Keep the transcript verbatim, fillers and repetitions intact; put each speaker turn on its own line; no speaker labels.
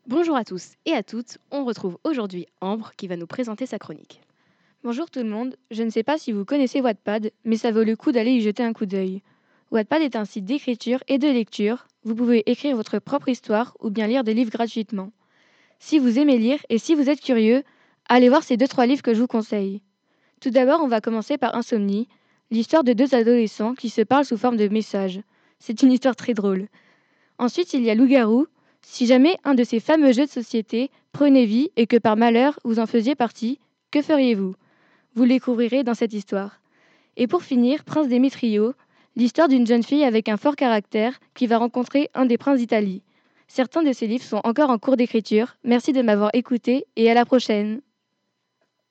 Bonjour à tous et à toutes, on retrouve aujourd'hui Ambre qui va nous présenter sa chronique.
Bonjour tout le monde, je ne sais pas si vous connaissez Wattpad, mais ça vaut le coup d'aller y jeter un coup d'œil. Wattpad est un site d'écriture et de lecture, vous pouvez écrire votre propre histoire ou bien lire des livres gratuitement. Si vous aimez lire et si vous êtes curieux, allez voir ces deux trois livres que je vous conseille. Tout d'abord, on va commencer par Insomnie, l'histoire de deux adolescents qui se parlent sous forme de messages. C'est une histoire très drôle. Ensuite, il y a Loup-garou. Si jamais un de ces fameux jeux de société prenait vie et que par malheur vous en faisiez partie, que feriez-vous? Vous le découvrirez dans cette histoire. Et pour finir, Prince Démétrio, l'histoire d'une jeune fille avec un fort caractère qui va rencontrer un des princes d'Italie. Certains de ces livres sont encore en cours d'écriture. Merci de m'avoir écouté et à la prochaine.